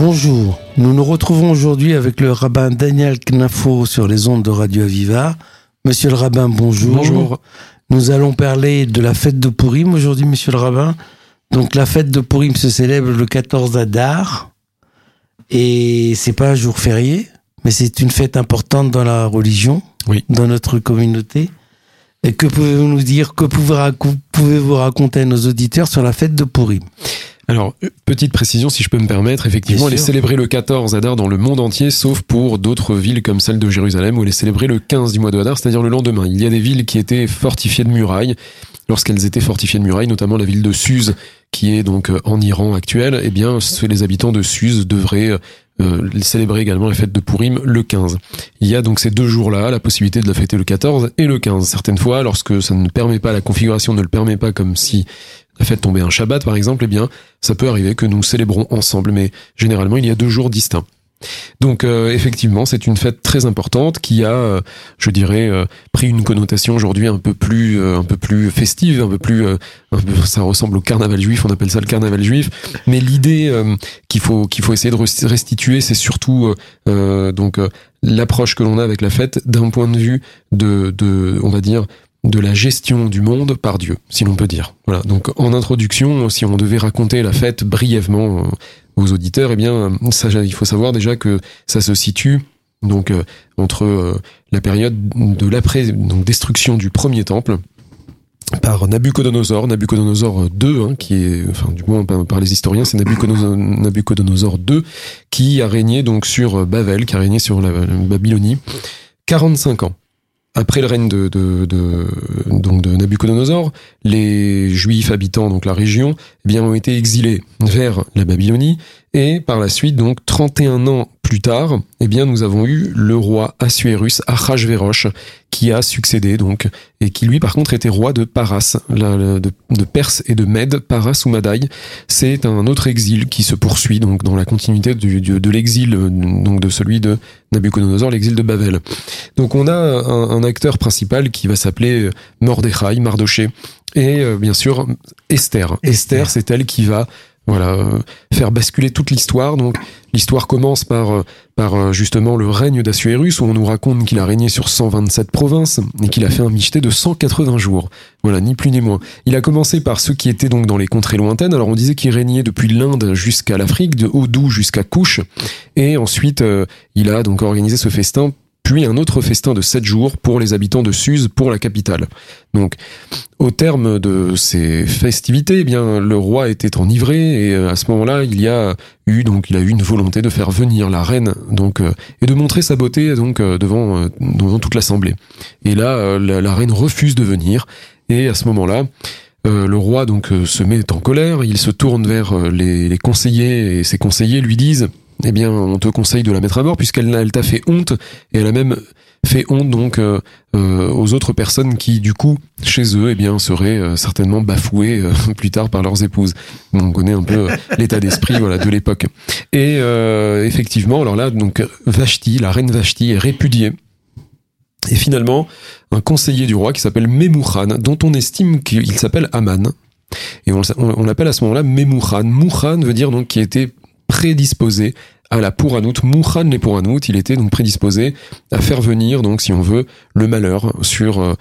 Bonjour, nous nous retrouvons aujourd'hui avec le rabbin Daniel Knafo sur les ondes de Radio Aviva. Monsieur le rabbin, bonjour. Bonjour. Nous allons parler de la fête de Purim aujourd'hui, monsieur le rabbin. Donc la fête de Purim se célèbre le 14 Adar et c'est pas un jour férié, mais c'est une fête importante dans la religion, oui, dans notre communauté. Et que pouvez-vous nous dire, que pouvez-vous raconter à nos auditeurs sur la fête de Purim ? Alors, petite précision, si je peux me permettre, effectivement, elle est célébrée le 14 Adar dans le monde entier, sauf pour d'autres villes comme celle de Jérusalem, où elle est célébrée le 15 du mois de Adar, c'est-à-dire le lendemain. Il y a des villes qui étaient fortifiées de murailles. Lorsqu'elles étaient fortifiées de murailles, notamment la ville de Suse, qui est donc en Iran actuel, eh bien, les habitants de Suse devraient célébrer également la fête de Purim le 15. Il y a donc ces deux jours-là, la possibilité de la fêter le 14 et le 15. Certaines fois, lorsque ça ne permet pas, la configuration ne le permet pas, comme si la fête tombait un Shabbat par exemple, eh bien, ça peut arriver que nous célébrons ensemble, mais généralement il y a 2 jours distincts. Donc effectivement, c'est une fête très importante qui a, je dirais, pris une connotation aujourd'hui un peu plus festive, ça ressemble au carnaval juif, on appelle ça le carnaval juif. Mais l'idée qu'il faut essayer de restituer, c'est surtout l'approche que l'on a avec la fête d'un point de vue on va dire, de la gestion du monde par Dieu, si l'on peut dire. Voilà. Donc, en introduction, si on devait raconter la fête brièvement aux auditeurs, eh bien, ça, il faut savoir déjà que ça se situe donc entre la période de destruction du premier temple par Nabuchodonosor II, qui est, enfin, du moins par les historiens, c'est Nabuchodonosor II qui a régné donc sur Babel, qui a régné sur la Babylonie, 45 ans. Après le règne de Nabuchodonosor, les Juifs habitant donc la région, eh bien, ont été exilés vers la Babylonie, et par la suite, donc 31 ans plus tard, eh bien, nous avons eu le roi Assuérus, Achashvérosh, qui a succédé donc, et qui lui par contre était roi de Paras, de Perse et de Mède. Paras ou Madaï, c'est un autre exil qui se poursuit donc dans la continuité de l'exil donc de celui de Nabuchodonosor, l'exil de Babel. Donc on a un acteur principal qui va s'appeler Mordechai, Mardoché, et bien sûr Esther. Esther, c'est elle qui va faire basculer toute l'histoire. Donc, l'histoire commence par justement le règne d'Assuérus, où on nous raconte qu'il a régné sur 127 provinces et qu'il a fait un michté de 180 jours. Voilà, ni plus ni moins. Il a commencé par ceux qui étaient donc dans les contrées lointaines. Alors, on disait qu'il régnait depuis l'Inde jusqu'à l'Afrique, de Hodou jusqu'à Couche. Et ensuite, il a donc organisé ce festin, puis un autre festin de 7 jours pour les habitants de Suse, pour la capitale. Donc, au terme de ces festivités, eh bien, le roi était enivré, et à ce moment-là, il a eu une volonté de faire venir la reine, donc, et de montrer sa beauté, donc, devant toute l'assemblée. Et là, la reine refuse de venir, et à ce moment-là, le roi, donc, se met en colère, il se tourne vers les conseillers, et ses conseillers lui disent: eh bien, on te conseille de la mettre à mort, puisqu'elle t'a fait honte, et elle a même fait honte donc aux autres personnes qui, du coup, chez eux, eh bien, seraient certainement bafouées plus tard par leurs épouses. On connaît un peu l'état d'esprit, de l'époque. Et effectivement, alors là, donc Vashti, la reine Vashti, est répudiée. Et finalement, un conseiller du roi qui s'appelle Memouchan, dont on estime qu'il s'appelle Aman, et on l'appelle à ce moment-là Memouchan. Mouchan veut dire donc qui était prédisposé à la Pouranout, Mouchan les Pouranout, il était donc prédisposé à faire venir, donc, si on veut, le malheur sur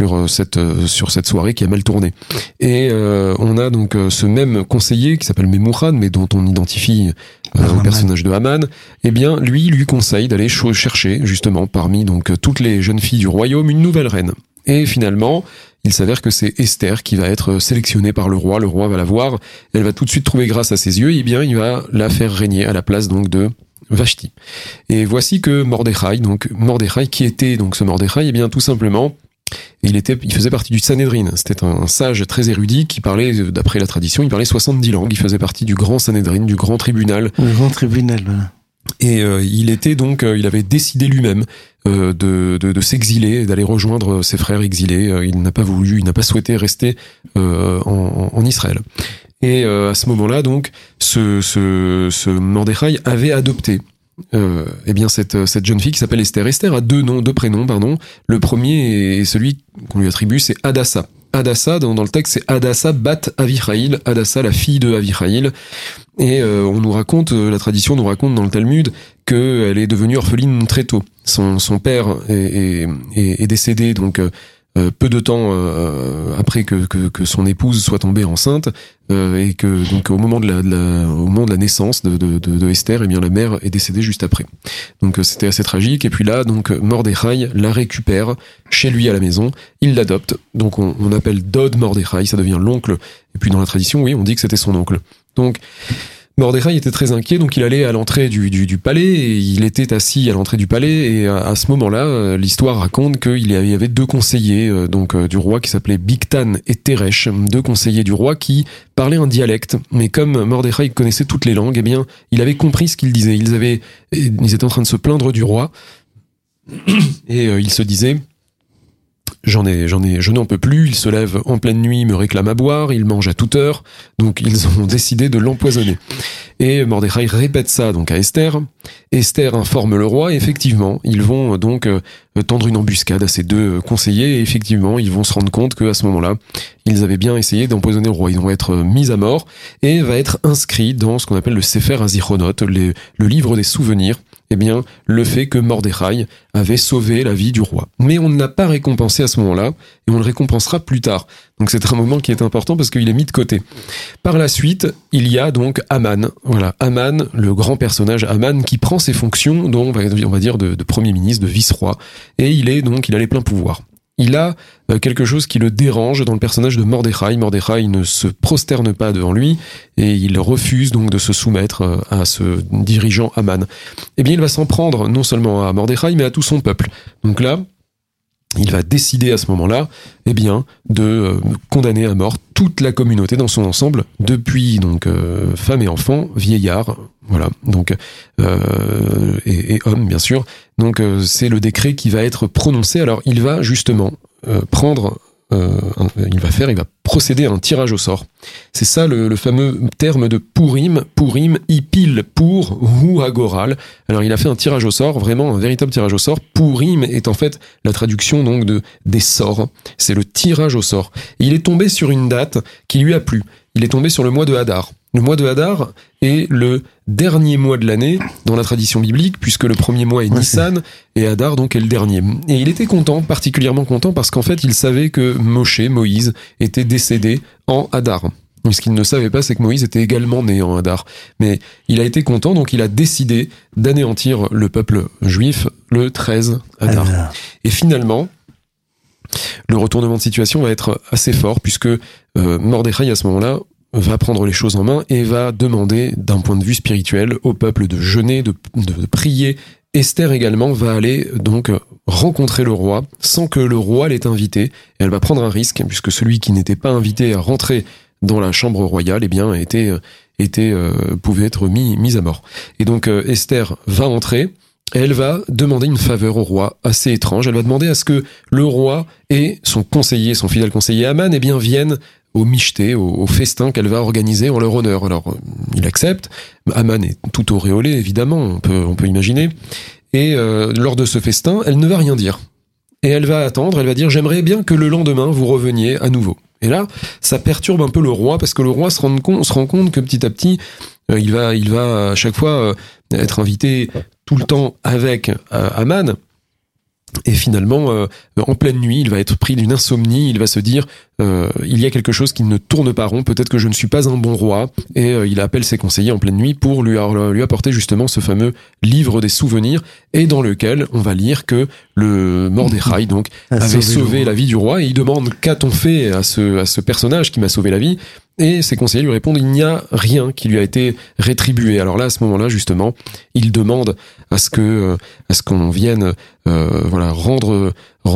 cette soirée qui a mal tourné. Et on a donc ce même conseiller qui s'appelle Memouchan, mais dont on identifie le personnage de Haman. Eh bien, lui conseille d'aller chercher, justement, parmi donc toutes les jeunes filles du royaume, une nouvelle reine. Et finalement, il s'avère que c'est Esther qui va être sélectionnée par le roi. Le roi va la voir, elle va tout de suite trouver grâce à ses yeux, et bien il va la faire régner à la place donc de Vashti. Et voici que Mordechai, qui était donc ce Mordechai, eh bien tout simplement, il faisait partie du Sanhédrin. C'était un sage très érudit qui parlait, d'après la tradition, il parlait 70 langues. Il faisait partie du grand Sanhédrin, du grand tribunal. Le grand tribunal, voilà. Et il avait décidé lui-même de s'exiler et d'aller rejoindre ses frères exilés. Il n'a pas souhaité rester en Israël. Et à ce moment-là, donc, ce Mordechai avait adopté cette jeune fille qui s'appelle Esther. Esther a deux prénoms. Le premier est celui qu'on lui attribue, c'est Hadassa. Hadassa, dans le texte, c'est Hadassa bat Avichaïl, Hadassa, la fille de Avichaïl. Et on nous raconte, la tradition nous raconte dans le Talmud qu'elle est devenue orpheline très tôt. Son père est décédé donc peu de temps après que son épouse soit tombée enceinte, et que donc au moment de la naissance de Esther, eh bien la mère est décédée juste après. Donc c'était assez tragique. Et puis là, donc Mordechai la récupère chez lui à la maison, il l'adopte. Donc on appelle Dod Mordechai, ça devient l'oncle. Et puis dans la tradition, oui, on dit que c'était son oncle. Donc Mordechai était très inquiet, donc il allait à l'entrée du palais, et il était assis à l'entrée du palais, et à ce moment-là, l'histoire raconte qu'il y avait deux conseillers du roi qui s'appelaient Bigtan et Teresh, deux conseillers du roi qui parlaient un dialecte, mais comme Mordechai connaissait toutes les langues, eh bien, il avait compris ce qu'ils disaient. Ils étaient en train de se plaindre du roi, et il se disait: je n'en peux plus, il se lève en pleine nuit, me réclame à boire, il mange à toute heure, donc ils ont décidé de l'empoisonner. Et Mordechai répète ça donc à Esther. Esther informe le roi, et effectivement, ils vont donc tendre une embuscade à ces deux conseillers, et effectivement, ils vont se rendre compte qu'à ce moment-là, ils avaient bien essayé d'empoisonner le roi. Ils vont être mis à mort, et va être inscrit dans ce qu'on appelle le Sefer HaZichronot, le livre des souvenirs, eh bien, le fait que Mordechai avait sauvé la vie du roi. Mais on ne l'a pas récompensé à ce moment-là, et on le récompensera plus tard. Donc c'est un moment qui est important parce qu'il est mis de côté. Par la suite, il y a donc Haman. Voilà, Haman, le grand personnage Haman, qui prend ses fonctions, dont on va dire de premier ministre, de vice-roi, et il a les pleins pouvoirs. Il a quelque chose qui le dérange dans le personnage de Mordechai. Mordechai ne se prosterne pas devant lui, et il refuse donc de se soumettre à ce dirigeant Haman. Eh bien, il va s'en prendre non seulement à Mordechai, mais à tout son peuple. Donc là, il va décider à ce moment-là, eh bien, de condamner à mort toute la communauté dans son ensemble, depuis donc femmes et enfants, vieillards, voilà, donc et hommes bien sûr. Donc c'est le décret qui va être prononcé. Alors il va justement il va procéder à un tirage au sort. C'est ça le fameux terme de Purim, Ipil pour ou agoral. Alors il a fait un tirage au sort, vraiment un véritable tirage au sort. Purim est en fait la traduction donc des sorts. C'est le tirage au sort. Et il est tombé sur une date qui lui a plu. Il est tombé sur le mois de Hadar. Le mois de Hadar est le dernier mois de l'année dans la tradition biblique, puisque le premier mois est Nissan, et Hadar donc est le dernier. Et il était content, particulièrement content, parce qu'en fait il savait que Moïse, était décédé en Hadar. Mais ce qu'il ne savait pas, c'est que Moïse était également né en Hadar. Mais il a été content, donc il a décidé d'anéantir le peuple juif le 13 Hadar. Et finalement, le retournement de situation va être assez fort, puisque Mordechai à ce moment-là va prendre les choses en main et va demander, d'un point de vue spirituel, au peuple de jeûner, de prier. Esther également va aller donc rencontrer le roi sans que le roi l'ait invité. Et elle va prendre un risque, puisque celui qui n'était pas invité à rentrer dans la chambre royale, eh bien, pouvait être mis à mort. Et donc Esther va entrer. Elle va demander une faveur au roi assez étrange. Elle va demander à ce que le roi et son fidèle conseiller Haman, eh bien, viennent au michté, au festin qu'elle va organiser en leur honneur. Alors, il accepte. Haman est tout auréolé, évidemment, on peut imaginer. Et lors de ce festin, elle ne va rien dire. Et elle va attendre, elle va dire « J'aimerais bien que le lendemain, vous reveniez à nouveau ». Et là, ça perturbe un peu le roi, parce que le roi se rend compte que petit à petit, il va à chaque fois être invité tout le temps avec Haman. Et finalement, en pleine nuit, il va être pris d'une insomnie, il va se dire il y a quelque chose qui ne tourne pas rond, peut-être que je ne suis pas un bon roi, et il appelle ses conseillers en pleine nuit pour lui apporter justement ce fameux livre des souvenirs, et dans lequel on va lire que le Mordechai donc avait sauvé la vie du roi, et il demande « Qu'a-t-on fait à ce personnage qui m'a sauvé la vie ?» Et ses conseillers lui répondent « Il n'y a rien qui lui a été rétribué. » Alors là, à ce moment-là, justement, il demande à ce qu'on vienne rendre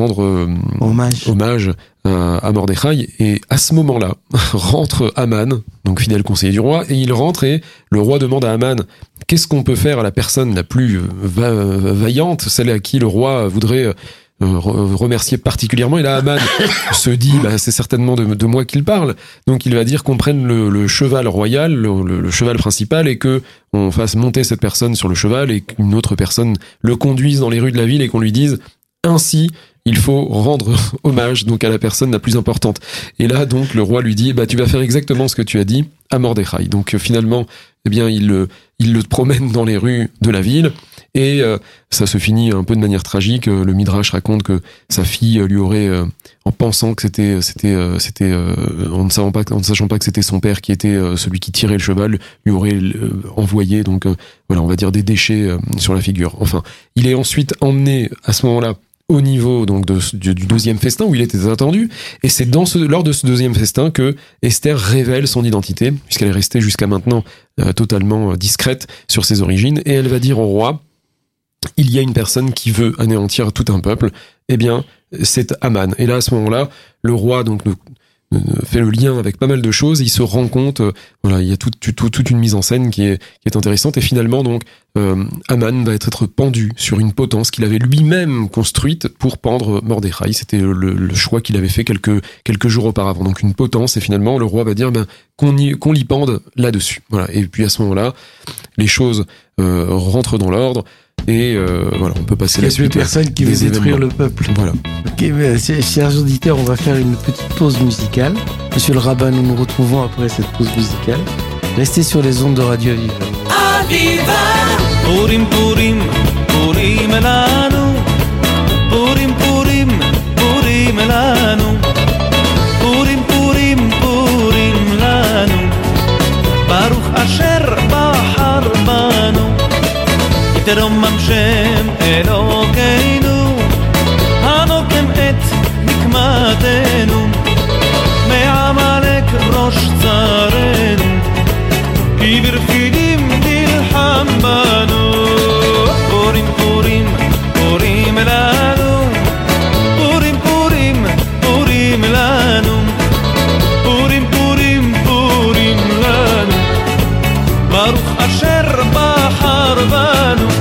hommage à Mordechai, et à ce moment-là rentre Haman, donc fidèle conseiller du roi, et il rentre, et le roi demande à Haman qu'est-ce qu'on peut faire à la personne la plus vaillante, celle à qui le roi voudrait remercier particulièrement. Et là, Haman se dit c'est certainement de moi qu'il parle, donc il va dire qu'on prenne le cheval royal, le cheval principal, et que on fasse monter cette personne sur le cheval, et qu'une autre personne le conduise dans les rues de la ville, et qu'on lui dise « Ainsi il faut rendre hommage donc à la personne la plus importante. Et là, donc, le roi lui dit, tu vas faire exactement ce que tu as dit à Mordechai. Donc, finalement, eh bien, il le promène dans les rues de la ville. Et ça se finit un peu de manière tragique. Le Midrash raconte que sa fille lui aurait, en pensant que c'était, en ne sachant pas que c'était son père qui était celui qui tirait le cheval, lui aurait envoyé donc on va dire des déchets sur la figure. Enfin, il est ensuite emmené à ce moment-là au niveau donc du deuxième festin où il était attendu, et c'est lors de ce deuxième festin que Esther révèle son identité, puisqu'elle est restée jusqu'à maintenant totalement discrète sur ses origines, et elle va dire au roi: il y a une personne qui veut anéantir tout un peuple, eh bien, c'est Aman. Et là, à ce moment-là, le roi donc fait le lien avec pas mal de choses, il se rend compte, il y a toute une mise en scène qui est intéressante, et finalement, donc, Aman va être pendu sur une potence qu'il avait lui-même construite pour pendre Mordechai. C'était le choix qu'il avait fait quelques jours auparavant. Donc, une potence, et finalement, le roi va dire, qu'on l'y pende là-dessus. Voilà. Et puis, à ce moment-là, les choses, rentrent dans l'ordre. Et on peut passer la suite. Il y a plus personne qui veut détruire le peuple. Voilà. Ok, chers auditeurs, on va faire une petite pause musicale. Monsieur le rabbin, nous nous retrouvons après cette pause musicale. Restez sur les ondes de Radio Aviva. Aviva! Purim, Purim, Purim elanu. Purim, Purim, Purim elanu. Purim, Purim, Purim lanu. Baruch Asher Bahar Banu. תרומם שם אלוקינו הנוקם את נקמתנו מעמלק ראש צרנו כי ברפילים נלחם בנו פורים פורים פורים לנו פורים פורים פורים לנו פורים פורים פורים לנו ברוך אשר בחר בנו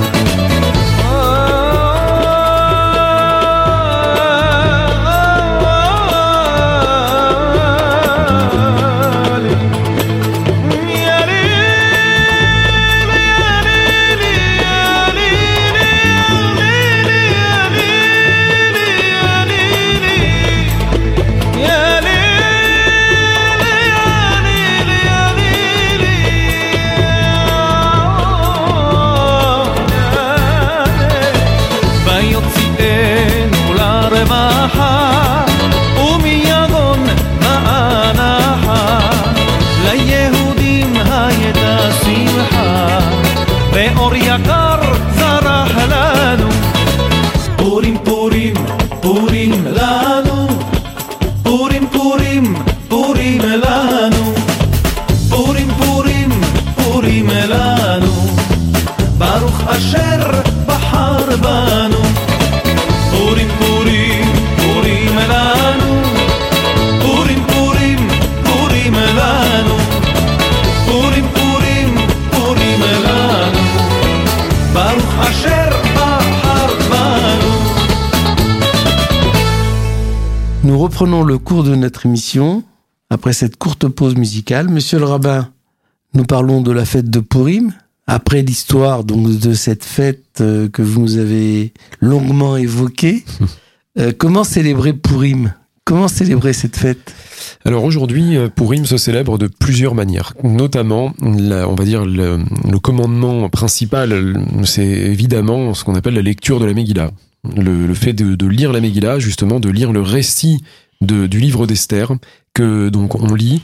Nous reprenons le cours de notre émission après cette courte pause musicale. Monsieur le rabbin, nous parlons de la fête de Purim. Après l'histoire donc de cette fête que vous nous avez longuement évoquée, comment célébrer Purim ? Comment célébrer cette fête ? Alors aujourd'hui, Purim se célèbre de plusieurs manières. Notamment, on va dire le commandement principal, c'est évidemment ce qu'on appelle la lecture de la Megillah. Le fait de lire la Megillah, justement, de lire le récit du livre d'Esther, que donc on lit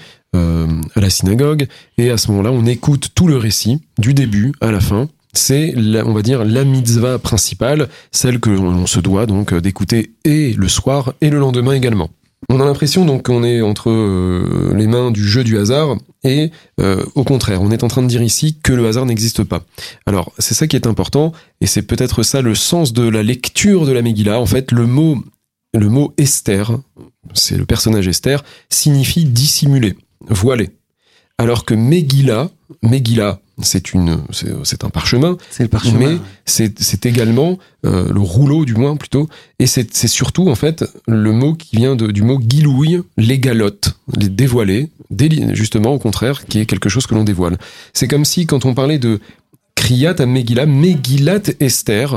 à la synagogue, et à ce moment-là, on écoute tout le récit, du début à la fin. C'est, on va dire, la mitzvah principale, celle que l'on se doit donc d'écouter et le soir et le lendemain également. On a l'impression donc qu'on est entre les mains du jeu du hasard, et au contraire, on est en train de dire ici que le hasard n'existe pas. Alors, c'est ça qui est important, et c'est peut-être ça le sens de la lecture de la Megillah. En fait, le mot Esther, c'est le personnage Esther, signifie dissimuler, voiler. Alors que Megillah, c'est un parchemin, mais c'est également le rouleau du moins plutôt, et c'est surtout en fait le mot qui vient du mot gilouï, les galottes, les dévoiler, justement au contraire, qui est quelque chose que l'on dévoile. C'est comme si quand on parlait de Kriyat à Megillah, Megillat Esther,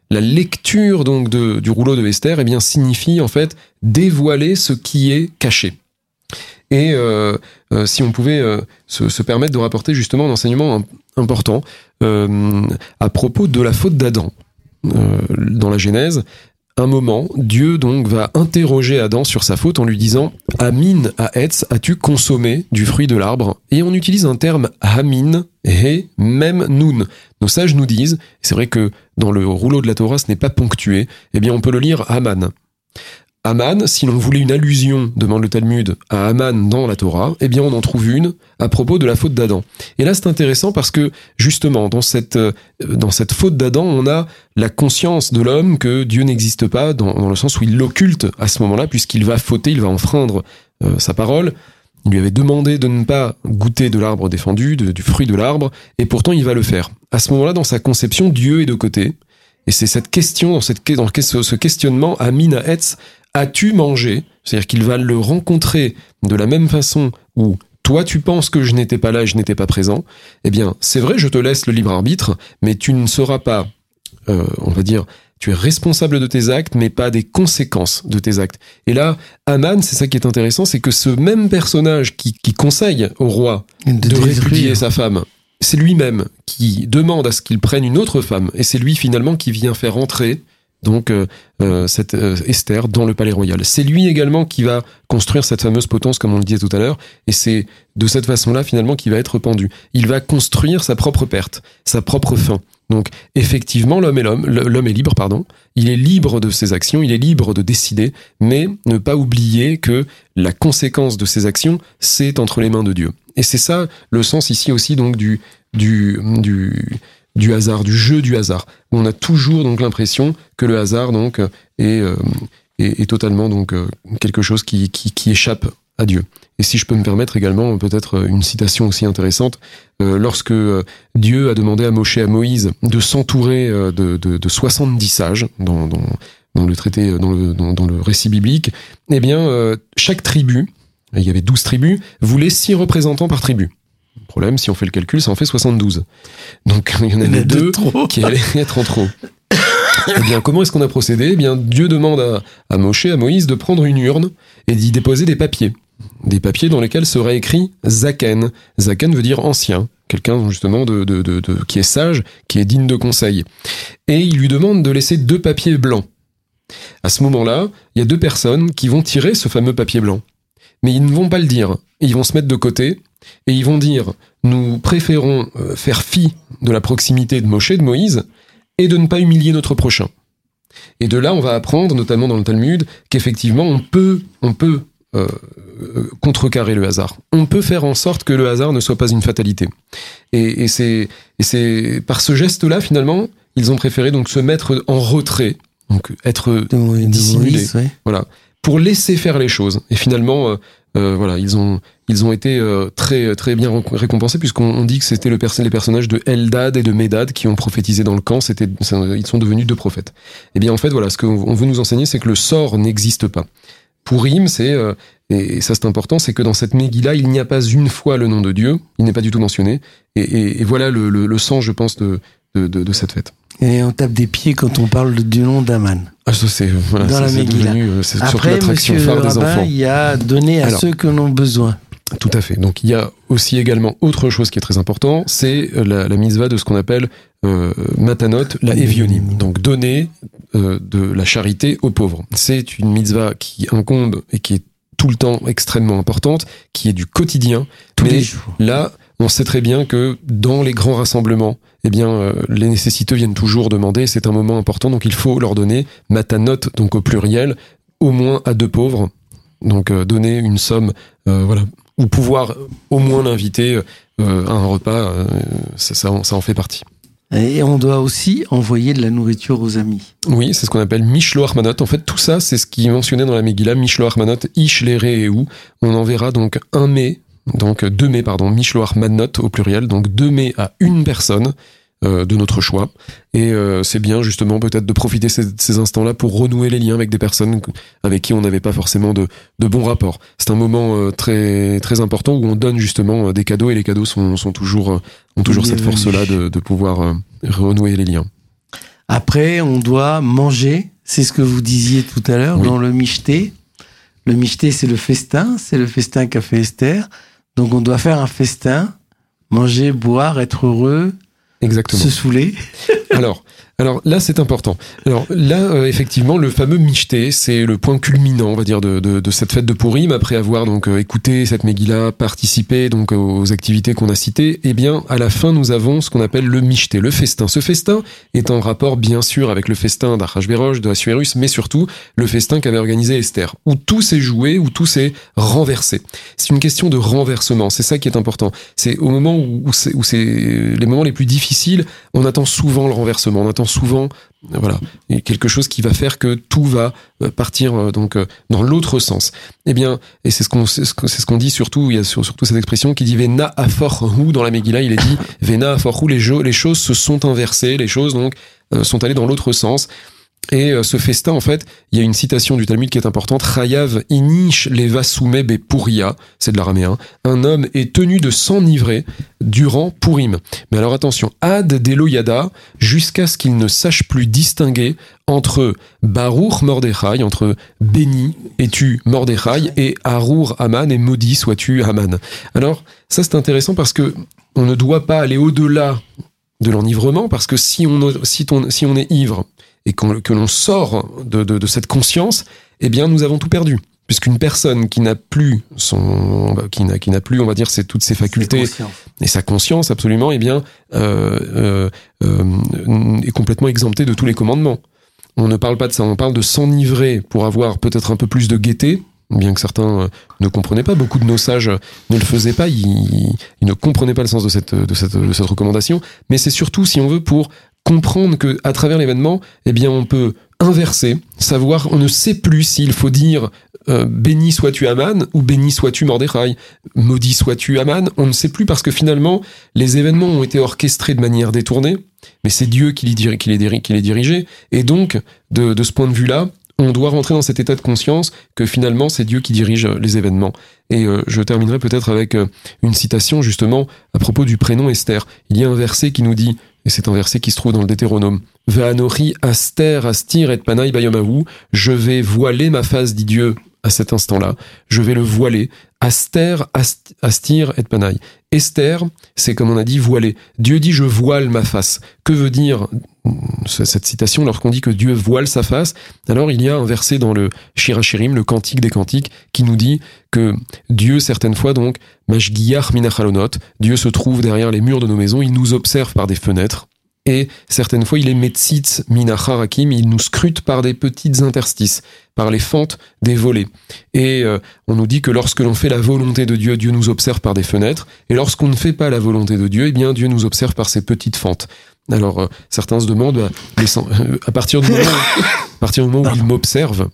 la lecture donc du rouleau de Esther, eh bien, signifie en fait dévoiler ce qui est caché. Et si on pouvait se permettre de rapporter justement un enseignement important à propos de la faute d'Adam dans la Genèse, un moment, Dieu donc va interroger Adam sur sa faute en lui disant « Amin ha'etz, as-tu consommé du fruit de l'arbre ?» Et on utilise un terme « Amin » et même « Nun ». Nos sages nous disent, c'est vrai que dans le rouleau de la Torah ce n'est pas ponctué, eh bien on peut le lire « Aman ». Aman, si l'on voulait une allusion, demande le Talmud, à Aman dans la Torah, eh bien on en trouve une à propos de la faute d'Adam. Et là c'est intéressant parce que justement dans cette faute d'Adam, on a la conscience de l'homme que Dieu n'existe pas dans le sens où il l'occulte à ce moment-là puisqu'il va fauter, il va enfreindre sa parole. Il lui avait demandé de ne pas goûter de l'arbre défendu, du fruit de l'arbre, et pourtant il va le faire. À ce moment-là, dans sa conception, Dieu est de côté. Et c'est cette question, dans ce questionnement, Amin ha'etz, as-tu mangé? C'est-à-dire qu'il va le rencontrer de la même façon où toi tu penses que je n'étais pas là et je n'étais pas présent. Eh bien, c'est vrai, je te laisse le libre arbitre, mais tu ne seras pas, on va dire, tu es responsable de tes actes, mais pas des conséquences de tes actes. Et là, Aman, c'est ça qui est intéressant, c'est que ce même personnage qui conseille au roi de répudier sa femme, c'est lui-même qui demande à ce qu'il prenne une autre femme, et c'est lui finalement qui vient faire entrer donc cette Esther dans le palais royal. C'est lui également qui va construire cette fameuse potence, comme on le disait tout à l'heure, et c'est de cette façon-là finalement qu'il va être pendu. Il va construire sa propre perte, sa propre fin. Donc effectivement, l'homme est libre, il est libre de ses actions, il est libre de décider, mais ne pas oublier que la conséquence de ses actions, c'est entre les mains de Dieu. Et c'est ça le sens ici aussi donc du hasard, du jeu du hasard. On a toujours donc l'impression que le hasard donc est totalement donc quelque chose qui échappe à Dieu. Et si je peux me permettre également peut-être une citation aussi intéressante, lorsque Dieu a demandé à Moshe et à Moïse de s'entourer de 70 sages dans le traité, dans le récit biblique, eh bien chaque tribu, il y avait 12 tribus, voulait 6 représentants par tribu. Le problème, si on fait le calcul, ça en fait 72. Donc il y en avait 2 qui allaient être en trop. Eh bien, comment est-ce qu'on a procédé? Eh bien, Dieu demande à Moshe, à Moïse, de prendre une urne et d'y déposer des papiers. Des papiers dans lesquels serait écrit Zaken. Zaken veut dire ancien. Quelqu'un, justement, qui est sage, qui est digne de conseil. Et il lui demande de laisser 2 papiers blancs. À ce moment-là, il y a 2 personnes qui vont tirer ce fameux papier blanc. Mais ils ne vont pas le dire. Ils vont se mettre de côté et ils vont dire « Nous préférons faire fi de la proximité de Moshe, de Moïse, et de ne pas humilier notre prochain. » Et de là, on va apprendre, notamment dans le Talmud, qu'effectivement, on peut contrecarrer le hasard. On peut faire en sorte que le hasard ne soit pas une fatalité. Et c'est par ce geste-là, finalement, ils ont préféré donc se mettre en retrait, donc être dissimulés, ouais. Voilà, pour laisser faire les choses. Et finalement, voilà, ils ont été très très bien récompensés, puisqu'on dit que c'était les personnages de Eldad et de Médad qui ont prophétisé dans le camp. Ils sont devenus 2 prophètes. Et bien en fait, voilà, ce qu'on veut nous enseigner, c'est que le sort n'existe pas. Purim, et ça c'est important, c'est que dans cette Megillah, il n'y a pas une fois le nom de Dieu, il n'est pas du tout mentionné, et voilà le sens, je pense, de cette fête. Et on tape des pieds quand on parle du nom d'Aman. Ah, ça c'est voilà, dans la Megillah. C'est surtout l'attraction phare des enfants. Il y a donné à ceux qui en ont besoin. Tout à fait. Donc il y a aussi également autre chose qui est très important, c'est la mitzvah de ce qu'on appelle matanot, la evionim. Donc donner de la charité aux pauvres. C'est une mitzvah qui incombe et qui est tout le temps extrêmement importante, qui est du quotidien. Tous les jours. Là, on sait très bien que dans les grands rassemblements, eh bien, les nécessiteux viennent toujours demander, c'est un moment important, donc il faut leur donner matanot, donc au pluriel, au moins à 2 pauvres. Donc donner une somme, voilà, ou pouvoir au moins l'inviter à un repas, ça en fait partie. Et on doit aussi envoyer de la nourriture aux amis. Oui, c'est ce qu'on appelle Mishlo Armanot. En fait, tout ça, c'est ce qui est mentionné dans la Megillah, Mishlo Armanot, Ish Lere Ehu. On enverra donc 2 mets, Mishlo Armanot au pluriel, donc 2 mets à une personne de notre choix. Et c'est bien justement peut-être de profiter ces instants-là pour renouer les liens avec des personnes avec qui on n'avait pas forcément de bons rapports. C'est un moment très très important où on donne justement des cadeaux, et les cadeaux ont toujours cette force-là de pouvoir renouer les liens. Après, on doit manger. C'est ce que vous disiez tout à l'heure dans le michté. Le michté, c'est le festin. C'est le festin qu'a fait Esther. Donc, on doit faire un festin, manger, boire, être heureux. Exactement. Se saouler. Alors là, c'est important. Alors là, effectivement, le fameux michté, c'est le point culminant, on va dire, de cette fête de Pourim. Après avoir donc écouté cette Megillah, participé donc aux activités qu'on a citées, eh bien, à la fin, nous avons ce qu'on appelle le michté, le festin. Ce festin est en rapport, bien sûr, avec le festin d'Achashvérosh, de Assuérus, mais surtout le festin qu'avait organisé Esther, où tout s'est joué, où tout s'est renversé. C'est une question de renversement. C'est ça qui est important. C'est au moment où c'est les moments les plus difficiles, on attend souvent le renversement. On attend souvent, voilà, quelque chose qui va faire que tout va partir donc dans l'autre sens. Eh bien, et c'est ce qu'on dit surtout. Il y a surtout cette expression qui dit Vena aforhu dans la Megillah. Il est dit Vena aforhu, les choses se sont inversées, les choses donc sont allées dans l'autre sens. Et ce festin, en fait, il y a une citation du Talmud qui est importante. Chayav inish leva soumé be Puria, c'est de l'araméen. Un homme est tenu de s'enivrer durant Purim. Mais alors attention, ad deloyada, jusqu'à ce qu'il ne sache plus distinguer entre Baruch Mordechai, entre béni es-tu Mordechai, et Arur Haman, et maudit sois-tu Haman. Alors, ça c'est intéressant parce que on ne doit pas aller au-delà de l'enivrement, parce que si on est ivre, et que l'on sort de cette conscience, eh bien, nous avons tout perdu. Puisqu'une personne qui n'a plus qui n'a plus, on va dire, toutes ses facultés et sa conscience, absolument, eh bien, est complètement exemptée de tous les commandements. On ne parle pas de ça, on parle de s'enivrer pour avoir peut-être un peu plus de gaieté, bien que certains ne comprenaient pas, beaucoup de nos sages ne le faisaient pas, ils ne comprenaient pas le sens de cette recommandation, mais c'est surtout, si on veut, pour comprendre que à travers l'événement, eh bien, on peut inverser, savoir, on ne sait plus s'il faut dire béni sois-tu Haman ou béni sois-tu Mordechai, maudit sois-tu Haman, on ne sait plus parce que finalement, les événements ont été orchestrés de manière détournée, mais c'est Dieu qui les dirigeait, et donc, de ce point de vue-là, on doit rentrer dans cet état de conscience que finalement, c'est Dieu qui dirige les événements. Et je terminerai peut-être avec une citation justement à propos du prénom Esther. Il y a un verset qui nous dit, et c'est un verset qui se trouve dans le Deutéronome, « Ve'anori aster astir et panai bayomahu » je vais voiler ma face, dit Dieu, à cet instant-là. Je vais le voiler. Aster, astir et panai. Esther, c'est comme on a dit, voiler. Dieu dit, je voile ma face. Que veut dire cette citation lorsqu'on dit que Dieu voile sa face? Alors il y a un verset dans le Shir HaShirim, le Cantique des Cantiques, qui nous dit que Dieu, certaines fois donc, Mashgiach minachalonot, Dieu se trouve derrière les murs de nos maisons, il nous observe par des fenêtres. Et certaines fois, il est metzitz minacharakim, il nous scrute par des petites interstices, par les fentes des volets. Et on nous dit que lorsque l'on fait la volonté de Dieu, Dieu nous observe par des fenêtres. Et lorsqu'on ne fait pas la volonté de Dieu, eh bien Dieu nous observe par ces petites fentes. Alors certains se demandent, à partir du moment où il m'observe,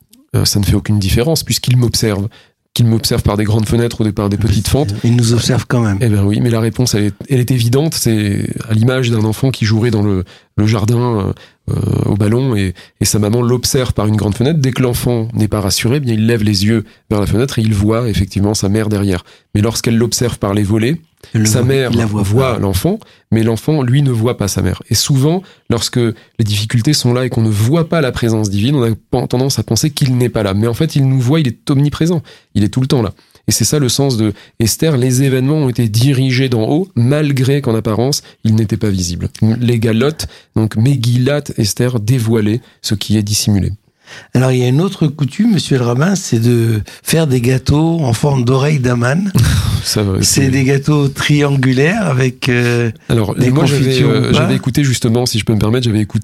ça ne fait aucune différence puisqu'il m'observe. Qu'il m'observe par des grandes fenêtres ou par des petites fentes. Il nous observe quand même. Eh bien oui, mais la réponse, elle est évidente. C'est à l'image d'un enfant qui jouerait dans le jardin au ballon et sa maman l'observe par une grande fenêtre. Dès que l'enfant n'est pas rassuré, eh bien il lève les yeux vers la fenêtre et il voit effectivement sa mère derrière. Mais lorsqu'elle l'observe par les volets, sa mère voit l'enfant, mais l'enfant, lui, ne voit pas sa mère. Et souvent, lorsque les difficultés sont là et qu'on ne voit pas la présence divine, on a tendance à penser qu'il n'est pas là. Mais en fait, il nous voit, il est omniprésent. Il est tout le temps là. Et c'est ça le sens de Esther. Les événements ont été dirigés d'en haut, malgré qu'en apparence, ils n'étaient pas visibles. Les galotes, donc Megillat Esther, dévoilaient ce qui est dissimulé. Alors, il y a une autre coutume, monsieur le rabbin, c'est de faire des gâteaux en forme d'oreille d'Aman. C'est des gâteaux triangulaires avec alors, des moi, confitures. J'avais écouté justement, si je peux me permettre,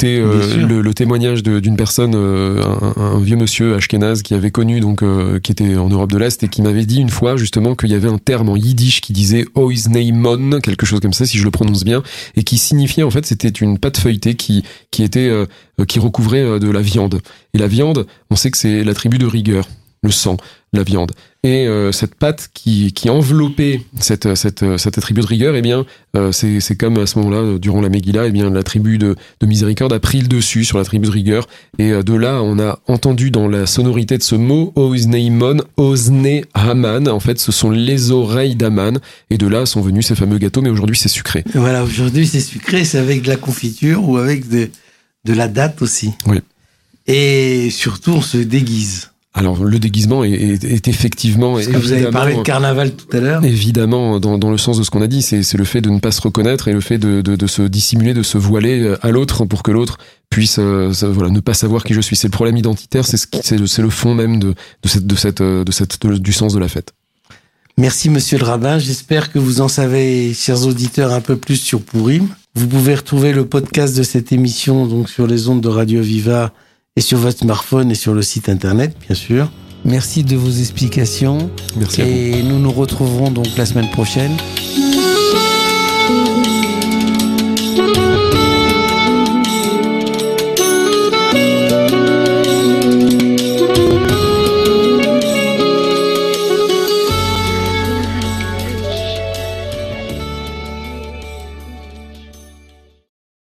le témoignage d'une personne, un vieux monsieur ashkénaze qui avait connu, donc qui était en Europe de l'Est et qui m'avait dit une fois justement qu'il y avait un terme en yiddish qui disait oizneimon, quelque chose comme ça, si je le prononce bien, et qui signifiait en fait c'était une pâte feuilletée qui recouvrait de la viande. Et la viande, on sait que c'est l'attribut de rigueur, le sang, la viande. Et cette pâte qui enveloppait cet attribut de rigueur, eh bien, c'est comme à ce moment-là, durant la Megillah, eh bien, l'attribut de miséricorde a pris le dessus sur l'attribut de rigueur. Et de là, on a entendu dans la sonorité de ce mot, Ozneimon, Ozne Haman. En fait, ce sont les oreilles d'Haman. Et de là sont venus ces fameux gâteaux, mais aujourd'hui, c'est sucré. Voilà, aujourd'hui, c'est sucré, c'est avec de la confiture ou avec de la date aussi. Oui. Et surtout, on se déguise. Alors, le déguisement est effectivement... Parce que vous avez parlé de carnaval tout à l'heure. Évidemment, dans le sens de ce qu'on a dit, c'est le fait de ne pas se reconnaître et le fait de se dissimuler, de se voiler à l'autre pour que l'autre puisse ne pas savoir qui je suis. C'est le problème identitaire, c'est le fond même du sens de la fête. Merci Monsieur le Rabbin, j'espère que vous en savez, chers auditeurs, un peu plus sur Pourim. Vous pouvez retrouver le podcast de cette émission donc sur les ondes de Radio Viva et sur votre smartphone et sur le site internet, bien sûr. Merci de vos explications. Merci à vous. Et nous nous retrouverons donc la semaine prochaine.